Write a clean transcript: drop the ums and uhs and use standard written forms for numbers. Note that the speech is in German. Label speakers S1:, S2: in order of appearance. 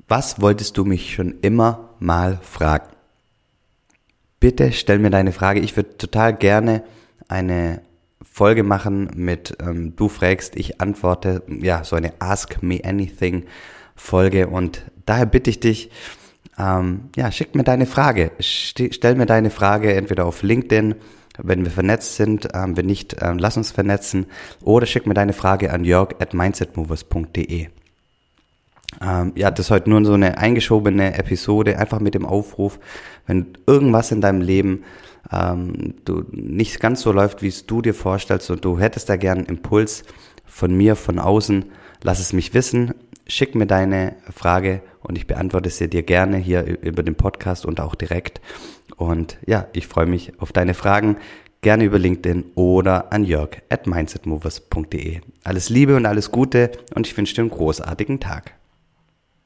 S1: Was wolltest du mich schon immer mal fragen? Bitte stell mir deine Frage. Ich würde total gerne eine Folge machen mit du fragst, ich antworte, ja, so eine Ask Me Anything Folge, und daher bitte ich dich, schick mir deine Frage, stell mir deine Frage entweder auf LinkedIn, wenn wir vernetzt sind, wenn nicht, lass uns vernetzen, oder schick mir deine Frage an jörg@mindsetmovers.de. Das ist heute nur so eine eingeschobene Episode, einfach mit dem Aufruf, wenn irgendwas in deinem Leben du nicht ganz so läuft, wie es du dir vorstellst und du hättest da gern einen Impuls von mir, von außen, lass es mich wissen, schick mir deine Frage und ich beantworte sie dir gerne hier über den Podcast und auch direkt. Und ja, ich freue mich auf deine Fragen, gerne über LinkedIn oder an jörg@mindsetmovers.de. Alles Liebe und alles Gute und ich wünsche dir einen großartigen Tag.